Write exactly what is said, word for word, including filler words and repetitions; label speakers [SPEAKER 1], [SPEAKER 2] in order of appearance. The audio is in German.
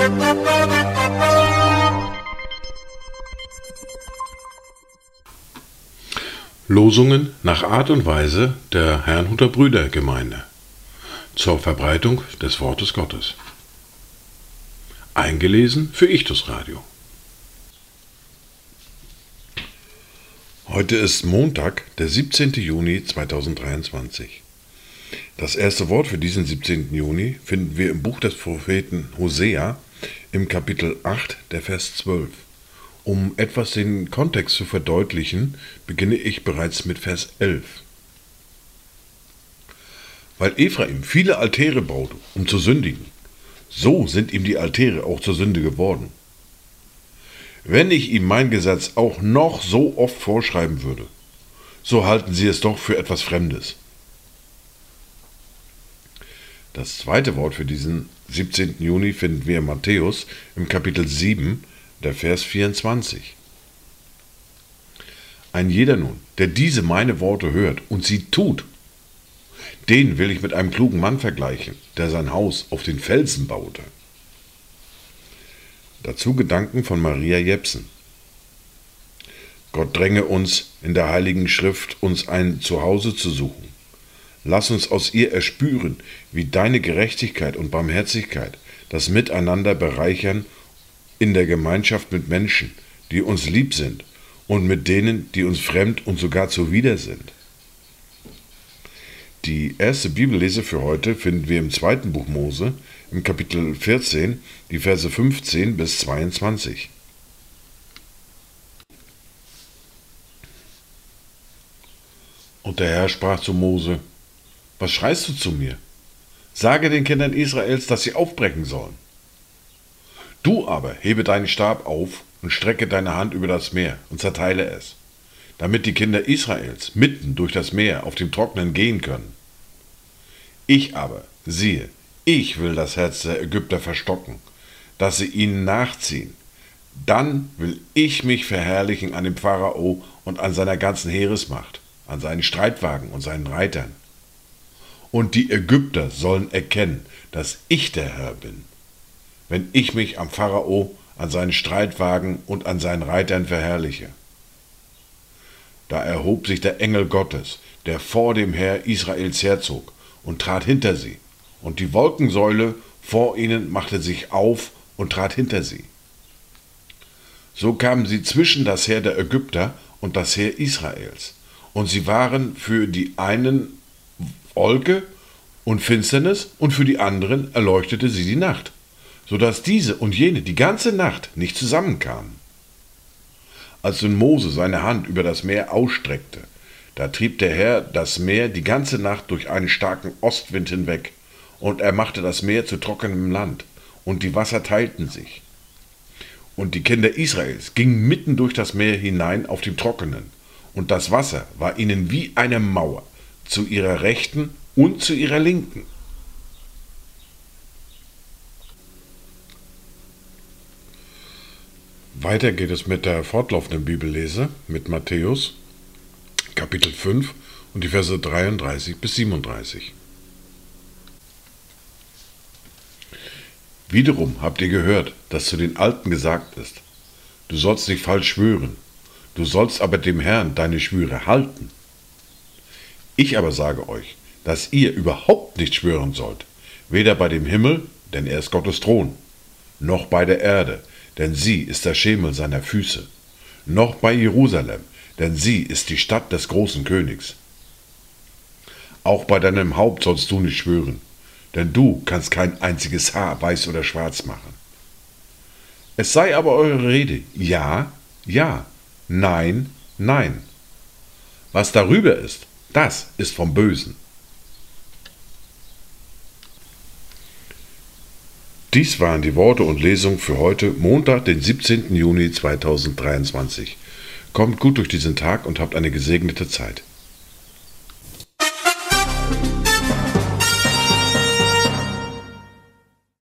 [SPEAKER 1] Losungen nach Art und Weise der Herrnhuter Brüdergemeinde zur Verbreitung des Wortes Gottes. Eingelesen für Ichtus Radio. Heute ist Montag, der siebzehnten Juni zweitausenddreiundzwanzig. Das erste Wort für diesen siebzehnten Juni finden wir im Buch des Propheten Hosea im Kapitel acht, der Vers zwölf. Um etwas den Kontext zu verdeutlichen, beginne ich bereits mit Vers elf. Weil Ephraim viele Altäre baute, um zu sündigen, so sind ihm die Altäre auch zur Sünde geworden. Wenn ich ihm mein Gesetz auch noch so oft vorschreiben würde, so halten sie es doch für etwas Fremdes. Das zweite Wort für diesen siebzehnten Juni finden wir in Matthäus im Kapitel sieben, der Vers vierundzwanzig. Ein jeder nun, der diese meine Worte hört und sie tut, den will ich mit einem klugen Mann vergleichen, der sein Haus auf den Felsen baute. Dazu Gedanken von Maria Jepsen. Gott dränge uns in der Heiligen Schrift, uns ein Zuhause zu suchen. Lass uns aus ihr erspüren, wie deine Gerechtigkeit und Barmherzigkeit das Miteinander bereichern in der Gemeinschaft mit Menschen, die uns lieb sind und mit denen, die uns fremd und sogar zuwider sind. Die erste Bibellese für heute finden wir im zweiten Buch Mose, im Kapitel vierzehn, die Verse fünfzehn bis zweiundzwanzig. Und der Herr sprach zu Mose: Was schreist du zu mir? Sage den Kindern Israels, dass sie aufbrechen sollen. Du aber hebe deinen Stab auf und strecke deine Hand über das Meer und zerteile es, damit die Kinder Israels mitten durch das Meer auf dem Trockenen gehen können. Ich aber, siehe, ich will das Herz der Ägypter verstocken, dass sie ihnen nachziehen. Dann will ich mich verherrlichen an dem Pharao und an seiner ganzen Heeresmacht, an seinen Streitwagen und seinen Reitern. Und die Ägypter sollen erkennen, dass ich der Herr bin, wenn ich mich am Pharao, an seinen Streitwagen und an seinen Reitern verherrliche. Da erhob sich der Engel Gottes, der vor dem Heer Israels herzog, und trat hinter sie, und die Wolkensäule vor ihnen machte sich auf und trat hinter sie. So kamen sie zwischen das Heer der Ägypter und das Heer Israels, und sie waren für die einen Wolke und Finsternis, und für die anderen erleuchtete sie die Nacht, so dass diese und jene die ganze Nacht nicht zusammenkamen. Als nun Mose seine Hand über das Meer ausstreckte, da trieb der Herr das Meer die ganze Nacht durch einen starken Ostwind hinweg, und er machte das Meer zu trockenem Land, und die Wasser teilten sich. Und die Kinder Israels gingen mitten durch das Meer hinein auf dem Trockenen, und das Wasser war ihnen wie eine Mauer, zu ihrer Rechten und zu ihrer Linken. Weiter geht es mit der fortlaufenden Bibellese mit Matthäus, Kapitel fünf und die Verse dreiunddreißig bis siebenunddreißig. Wiederum habt ihr gehört, dass zu den Alten gesagt ist: Du sollst nicht falsch schwören, du sollst aber dem Herrn deine Schwüre halten. Ich aber sage euch, dass ihr überhaupt nicht schwören sollt, weder bei dem Himmel, denn er ist Gottes Thron, noch bei der Erde, denn sie ist der Schemel seiner Füße, noch bei Jerusalem, denn sie ist die Stadt des großen Königs. Auch bei deinem Haupt sollst du nicht schwören, denn du kannst kein einziges Haar weiß oder schwarz machen. Es sei aber eure Rede ja, ja, nein, nein. Was darüber ist, das ist vom Bösen. Dies waren die Worte und Lesungen für heute, Montag, den siebzehnten Juni zweitausenddreiundzwanzig. Kommt gut durch diesen Tag und habt eine gesegnete Zeit.